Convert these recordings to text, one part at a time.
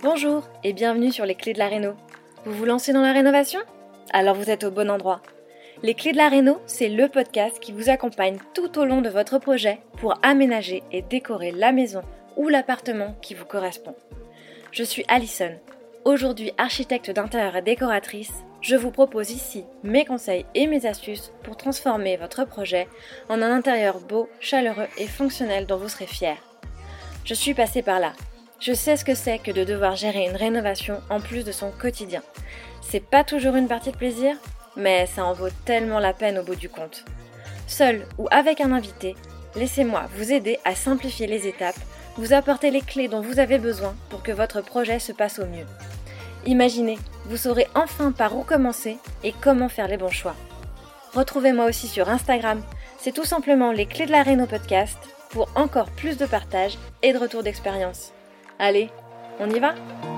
Bonjour et bienvenue sur les clés de la réno. Vous vous lancez dans la rénovation ? Alors vous êtes au bon endroit. Les clés de la réno, c'est le podcast qui vous accompagne tout au long de votre projet pour aménager et décorer la maison ou l'appartement qui vous correspond. Je suis Alison, aujourd'hui architecte d'intérieur et décoratrice. Je vous propose ici mes conseils et mes astuces pour transformer votre projet en un intérieur beau, chaleureux et fonctionnel dont vous serez fiers. Je suis passée par là. Je sais ce que c'est que de devoir gérer une rénovation en plus de son quotidien. C'est pas toujours une partie de plaisir, mais ça en vaut tellement la peine au bout du compte. Seul ou avec un invité, laissez-moi vous aider à simplifier les étapes, vous apporter les clés dont vous avez besoin pour que votre projet se passe au mieux. Imaginez, vous saurez enfin par où commencer et comment faire les bons choix. Retrouvez-moi aussi sur Instagram, c'est tout simplement les clés de la réno podcast pour encore plus de partage et de retour d'expérience. Allez, on y va ?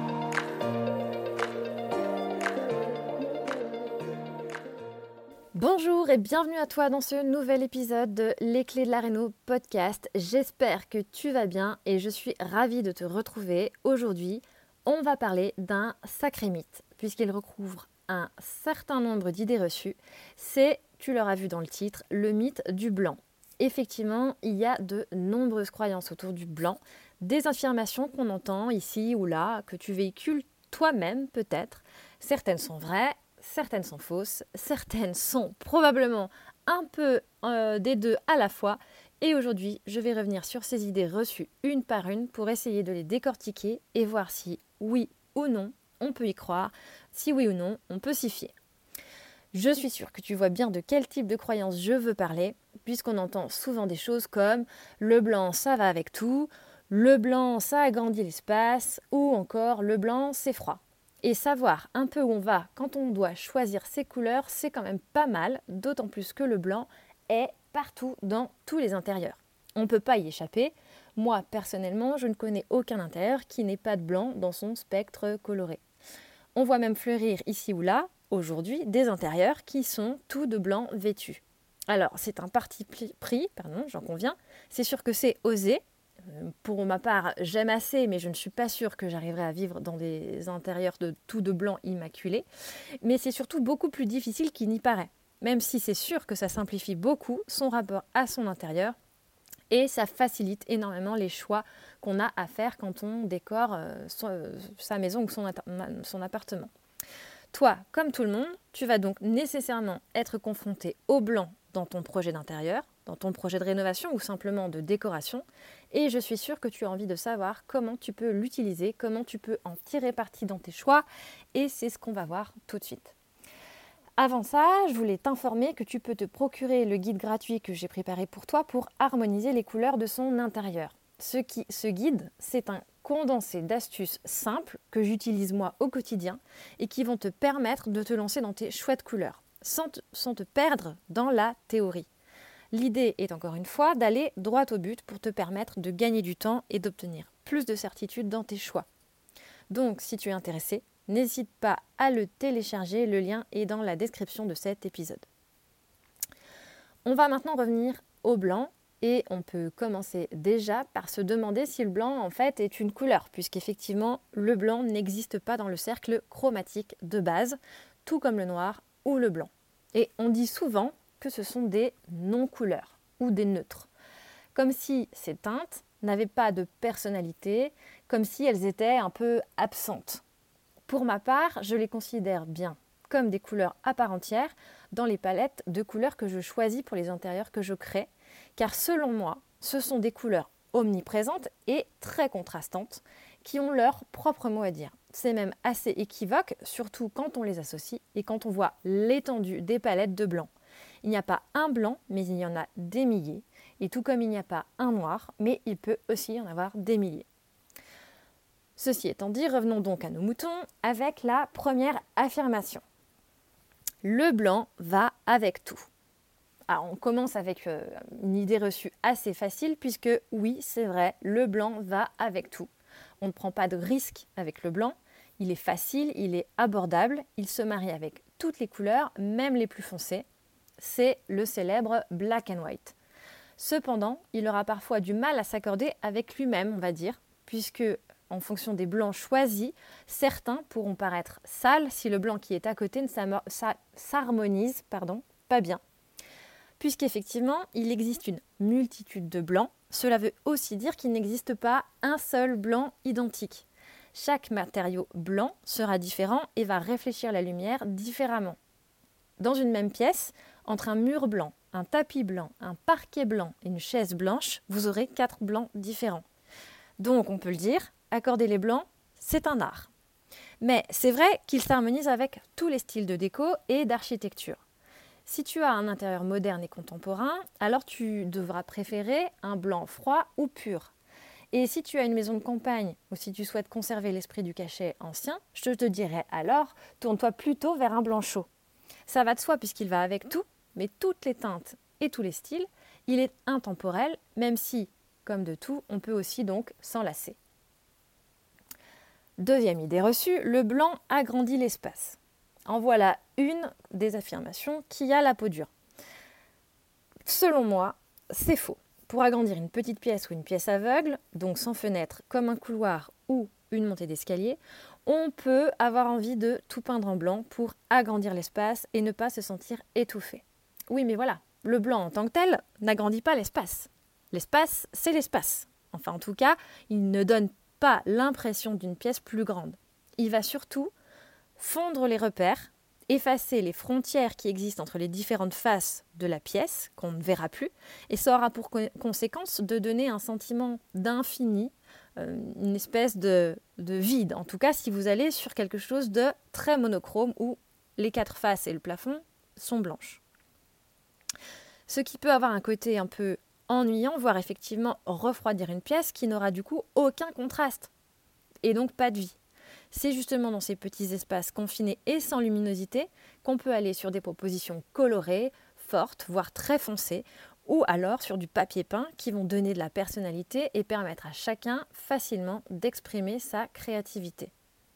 Bonjour et bienvenue à toi dans ce nouvel épisode de Les clés de la réno podcast. J'espère que tu vas bien et je suis ravie de te retrouver. Aujourd'hui, on va parler d'un sacré mythe puisqu'il recouvre un certain nombre d'idées reçues. C'est, tu l'auras vu dans le titre, le mythe du blanc. Effectivement, il y a de nombreuses croyances autour du blanc, des affirmations qu'on entend ici ou là, que tu véhicules toi-même peut-être. Certaines sont vraies, certaines sont fausses, certaines sont probablement un peu des deux à la fois. Et aujourd'hui, je vais revenir sur ces idées reçues une par une pour essayer de les décortiquer et voir si oui ou non on peut y croire, si oui ou non on peut s'y fier. Je suis sûre que tu vois bien de quel type de croyance je veux parler, puisqu'on entend souvent des choses comme « le blanc, ça va avec tout », « le blanc, ça agrandit l'espace » ou encore « le blanc, c'est froid ». Et savoir un peu où on va quand on doit choisir ses couleurs, c'est quand même pas mal, d'autant plus que le blanc est partout dans tous les intérieurs. On ne peut pas y échapper. Moi, personnellement, je ne connais aucun intérieur qui n'ait pas de blanc dans son spectre coloré. On voit même fleurir ici ou là, aujourd'hui, des intérieurs qui sont tout de blanc vêtus. Alors, c'est un parti pris, j'en conviens. C'est sûr que c'est osé. Pour ma part, j'aime assez, mais je ne suis pas sûre que j'arriverai à vivre dans des intérieurs de tout de blanc immaculé. Mais c'est surtout beaucoup plus difficile qu'il n'y paraît. Même si c'est sûr que ça simplifie beaucoup son rapport à son intérieur et ça facilite énormément les choix qu'on a à faire quand on décore sa maison ou son appartement. Toi, comme tout le monde, tu vas donc nécessairement être confronté au blanc dans ton projet d'intérieur, dans ton projet de rénovation ou simplement de décoration. Et je suis sûre que tu as envie de savoir comment tu peux l'utiliser, comment tu peux en tirer parti dans tes choix. Et c'est ce qu'on va voir tout de suite. Avant ça, je voulais t'informer que tu peux te procurer le guide gratuit que j'ai préparé pour toi pour harmoniser les couleurs de son intérieur. Ce guide, c'est un condensé d'astuces simples que j'utilise moi au quotidien et qui vont te permettre de te lancer dans tes chouettes couleurs, sans te perdre dans la théorie. L'idée est encore une fois d'aller droit au but pour te permettre de gagner du temps et d'obtenir plus de certitude dans tes choix. Donc, si tu es intéressé, n'hésite pas à le télécharger, le lien est dans la description de cet épisode. On va maintenant revenir au blanc. Et on peut commencer déjà par se demander si le blanc en fait est une couleur, puisqu'effectivement le blanc n'existe pas dans le cercle chromatique de base, tout comme le noir ou le blanc. Et on dit souvent que ce sont des non-couleurs ou des neutres, comme si ces teintes n'avaient pas de personnalité, comme si elles étaient un peu absentes. Pour ma part, je les considère bien comme des couleurs à part entière dans les palettes de couleurs que je choisis pour les intérieurs que je crée, car selon moi, ce sont des couleurs omniprésentes et très contrastantes qui ont leur propre mot à dire. C'est même assez équivoque, surtout quand on les associe et quand on voit l'étendue des palettes de blanc. Il n'y a pas un blanc, mais il y en a des milliers, et tout comme il n'y a pas un noir, mais il peut aussi y en avoir des milliers. Ceci étant dit, revenons donc à nos moutons avec la première affirmation. Le blanc va avec tout. Alors, on commence avec une idée reçue assez facile puisque oui, c'est vrai, le blanc va avec tout. On ne prend pas de risque avec le blanc, il est facile, il est abordable, il se marie avec toutes les couleurs, même les plus foncées. C'est le célèbre black and white. Cependant, il aura parfois du mal à s'accorder avec lui-même, on va dire, puisque en fonction des blancs choisis, certains pourront paraître sales si le blanc qui est à côté ne s'harmonise pas bien. Puisqu'effectivement, il existe une multitude de blancs, cela veut aussi dire qu'il n'existe pas un seul blanc identique. Chaque matériau blanc sera différent et va réfléchir la lumière différemment. Dans une même pièce, entre un mur blanc, un tapis blanc, un parquet blanc et une chaise blanche, vous aurez 4 blancs différents. Donc on peut le dire, accorder les blancs, c'est un art. Mais c'est vrai qu'il s'harmonise avec tous les styles de déco et d'architecture. Si tu as un intérieur moderne et contemporain, alors tu devras préférer un blanc froid ou pur. Et si tu as une maison de campagne ou si tu souhaites conserver l'esprit du cachet ancien, je te dirais alors, tourne-toi plutôt vers un blanc chaud. Ça va de soi puisqu'il va avec tout, mais toutes les teintes et tous les styles, il est intemporel, même si, comme de tout, on peut aussi donc s'en lasser. Deuxième idée reçue, le blanc agrandit l'espace. En voilà une des affirmations qui a la peau dure. Selon moi, c'est faux. Pour agrandir une petite pièce ou une pièce aveugle, donc sans fenêtre comme un couloir ou une montée d'escalier, on peut avoir envie de tout peindre en blanc pour agrandir l'espace et ne pas se sentir étouffé. Oui, mais voilà, le blanc en tant que tel n'agrandit pas l'espace. L'espace, c'est l'espace. Enfin, en tout cas, il ne donne pas l'impression d'une pièce plus grande. Il va surtout fondre les repères, effacer les frontières qui existent entre les différentes faces de la pièce, qu'on ne verra plus, et ça aura pour conséquence de donner un sentiment d'infini, une espèce de vide. En tout cas, si vous allez sur quelque chose de très monochrome, où les 4 faces et le plafond sont blanches. Ce qui peut avoir un côté un peu ennuyant, voire effectivement refroidir une pièce qui n'aura du coup aucun contraste, et donc pas de vie. C'est justement dans ces petits espaces confinés et sans luminosité qu'on peut aller sur des propositions colorées, fortes, voire très foncées, ou alors sur du papier peint qui vont donner de la personnalité et permettre à chacun facilement d'exprimer sa créativité.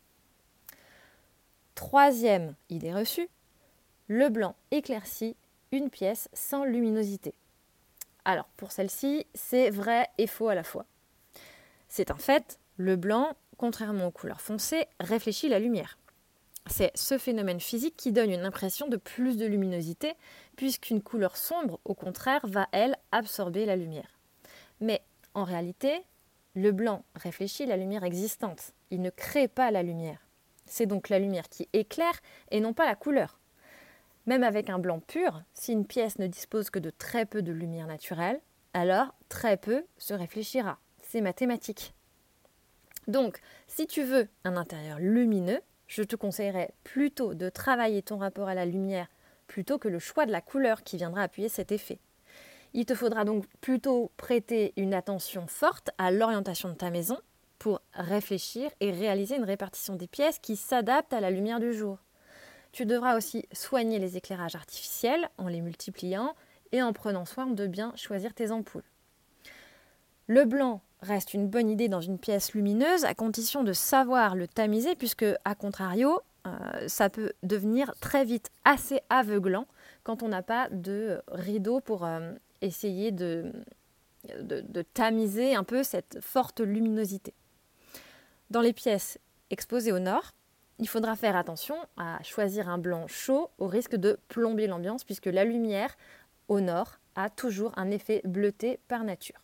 Troisième idée reçue, le blanc éclaircit une pièce sans luminosité. Alors pour celle-ci, c'est vrai et faux à la fois. C'est un fait, le blanc, contrairement aux couleurs foncées, réfléchit la lumière. C'est ce phénomène physique qui donne une impression de plus de luminosité, puisqu'une couleur sombre, au contraire, va, elle, absorber la lumière. Mais en réalité, le blanc réfléchit la lumière existante. Il ne crée pas la lumière. C'est donc la lumière qui éclaire et non pas la couleur. Même avec un blanc pur, si une pièce ne dispose que de très peu de lumière naturelle, alors très peu se réfléchira. C'est mathématique. Donc, si tu veux un intérieur lumineux, je te conseillerais plutôt de travailler ton rapport à la lumière plutôt que le choix de la couleur qui viendra appuyer cet effet. Il te faudra donc plutôt prêter une attention forte à l'orientation de ta maison pour réfléchir et réaliser une répartition des pièces qui s'adapte à la lumière du jour. Tu devras aussi soigner les éclairages artificiels en les multipliant et en prenant soin de bien choisir tes ampoules. Le blanc reste une bonne idée dans une pièce lumineuse à condition de savoir le tamiser puisque, à contrario, ça peut devenir très vite assez aveuglant quand on n'a pas de rideau pour essayer de tamiser un peu cette forte luminosité. Dans les pièces exposées au nord, il faudra faire attention à choisir un blanc chaud au risque de plomber l'ambiance puisque la lumière au nord a toujours un effet bleuté par nature.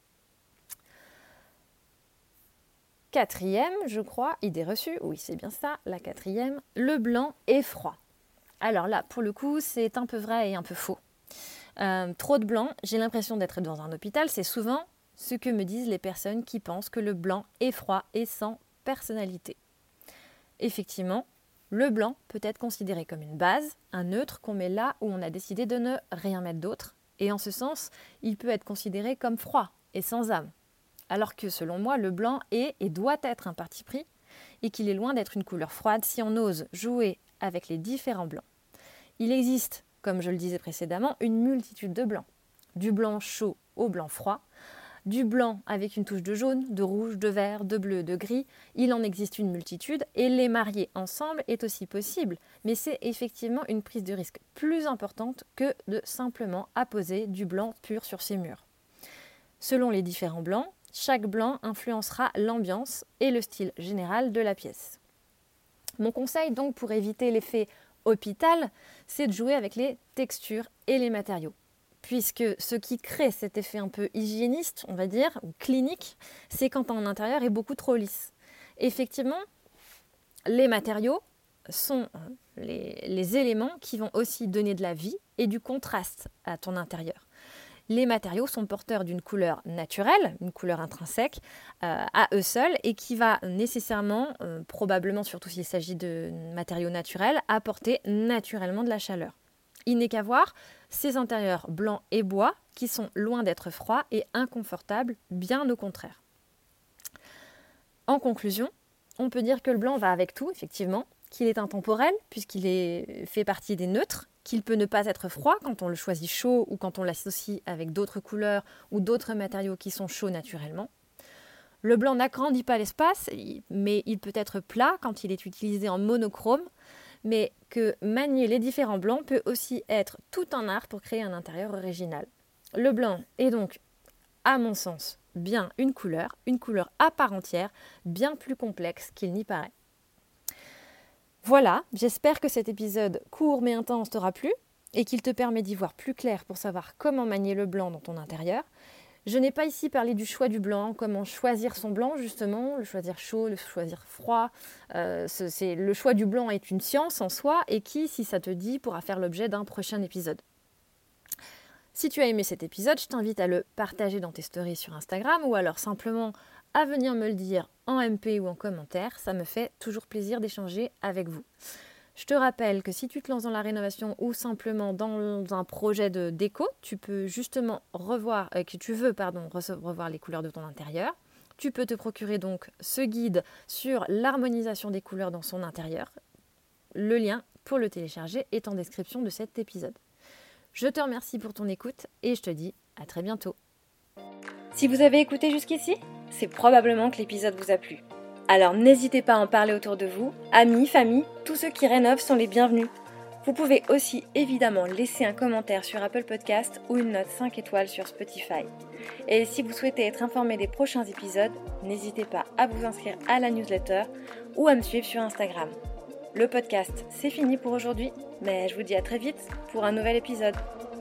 Quatrième, je crois, idée reçue, oui c'est bien ça, la quatrième, le blanc est froid. Alors là, pour le coup, c'est un peu vrai et un peu faux. Trop de blanc, j'ai l'impression d'être dans un hôpital, c'est souvent ce que me disent les personnes qui pensent que le blanc est froid et sans personnalité. Effectivement, le blanc peut être considéré comme une base, un neutre qu'on met là où on a décidé de ne rien mettre d'autre, et en ce sens, il peut être considéré comme froid et sans âme. Alors que selon moi, le blanc est et doit être un parti pris et qu'il est loin d'être une couleur froide si on ose jouer avec les différents blancs. Il existe, comme je le disais précédemment, une multitude de blancs. Du blanc chaud au blanc froid, du blanc avec une touche de jaune, de rouge, de vert, de bleu, de gris. Il en existe une multitude et les marier ensemble est aussi possible. Mais c'est effectivement une prise de risque plus importante que de simplement apposer du blanc pur sur ses murs. Selon les différents blancs, chaque blanc influencera l'ambiance et le style général de la pièce. Mon conseil donc pour éviter l'effet hôpital, c'est de jouer avec les textures et les matériaux. Puisque ce qui crée cet effet un peu hygiéniste, on va dire, ou clinique, c'est quand ton intérieur est beaucoup trop lisse. Effectivement, les matériaux sont les éléments qui vont aussi donner de la vie et du contraste à ton intérieur. Les matériaux sont porteurs d'une couleur naturelle, une couleur intrinsèque à eux seuls et qui va nécessairement, probablement surtout s'il s'agit de matériaux naturels, apporter naturellement de la chaleur. Il n'est qu'à voir ces intérieurs blancs et bois qui sont loin d'être froids et inconfortables, bien au contraire. En conclusion, on peut dire que le blanc va avec tout, effectivement, qu'il est intemporel puisqu'il fait partie des neutres, qu'il peut ne pas être froid quand on le choisit chaud ou quand on l'associe avec d'autres couleurs ou d'autres matériaux qui sont chauds naturellement. Le blanc n'agrandit pas l'espace, mais il peut être plat quand il est utilisé en monochrome, mais que manier les différents blancs peut aussi être tout un art pour créer un intérieur original. Le blanc est donc, à mon sens, bien une couleur à part entière, bien plus complexe qu'il n'y paraît. Voilà, j'espère que cet épisode court mais intense t'aura plu et qu'il te permet d'y voir plus clair pour savoir comment manier le blanc dans ton intérieur. Je n'ai pas ici parlé du choix du blanc, comment choisir son blanc justement, le choisir chaud, le choisir froid. Le choix du blanc est une science en soi et qui, si ça te dit, pourra faire l'objet d'un prochain épisode. Si tu as aimé cet épisode, je t'invite à le partager dans tes stories sur Instagram ou alors simplement à venir me le dire en MP ou en commentaire. Ça me fait toujours plaisir d'échanger avec vous. Je te rappelle que si tu te lances dans la rénovation ou simplement dans un projet de déco, tu peux justement revoir les couleurs de ton intérieur. Tu peux te procurer donc ce guide sur l'harmonisation des couleurs dans son intérieur. Le lien pour le télécharger est en description de cet épisode. Je te remercie pour ton écoute et je te dis à très bientôt. Si vous avez écouté jusqu'ici, c'est probablement que l'épisode vous a plu. Alors n'hésitez pas à en parler autour de vous, amis, famille, tous ceux qui rénovent sont les bienvenus. Vous pouvez aussi évidemment laisser un commentaire sur Apple Podcast ou une note 5 étoiles sur Spotify. Et si vous souhaitez être informé des prochains épisodes, n'hésitez pas à vous inscrire à la newsletter ou à me suivre sur Instagram. Le podcast, c'est fini pour aujourd'hui, mais je vous dis à très vite pour un nouvel épisode.